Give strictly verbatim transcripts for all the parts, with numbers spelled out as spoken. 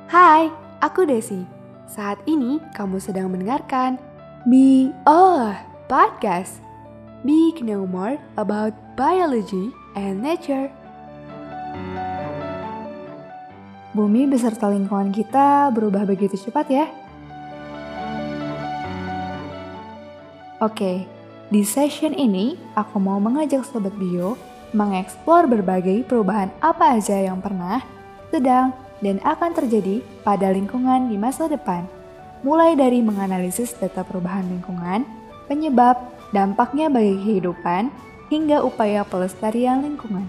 Hai, aku Desi. Saat ini kamu sedang mendengarkan Be Oh Podcast. Be know more about biology and nature. Bumi beserta lingkungan kita berubah begitu cepat ya. Oke, di session ini aku mau mengajak Sobat Bio mengeksplor berbagai perubahan apa aja yang pernah, sedang, dan akan terjadi pada lingkungan di masa depan. Mulai dari menganalisis data perubahan lingkungan, penyebab, dampaknya bagi kehidupan, hingga upaya pelestarian lingkungan.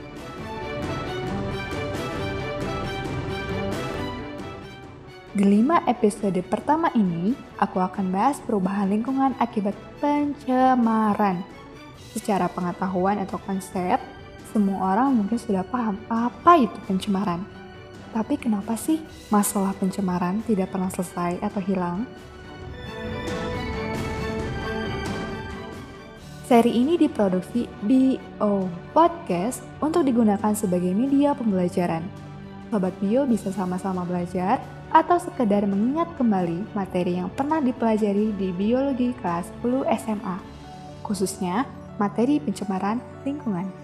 Di lima episode pertama ini, aku akan bahas perubahan lingkungan akibat pencemaran. Secara pengetahuan atau konsep, semua orang mungkin sudah paham apa itu pencemaran. Tapi kenapa sih masalah pencemaran tidak pernah selesai atau hilang? Seri ini diproduksi Bio Podcast untuk digunakan sebagai media pembelajaran. Sobat Bio bisa sama-sama belajar atau sekedar mengingat kembali materi yang pernah dipelajari di biologi kelas sepuluh S M A, khususnya materi pencemaran lingkungan.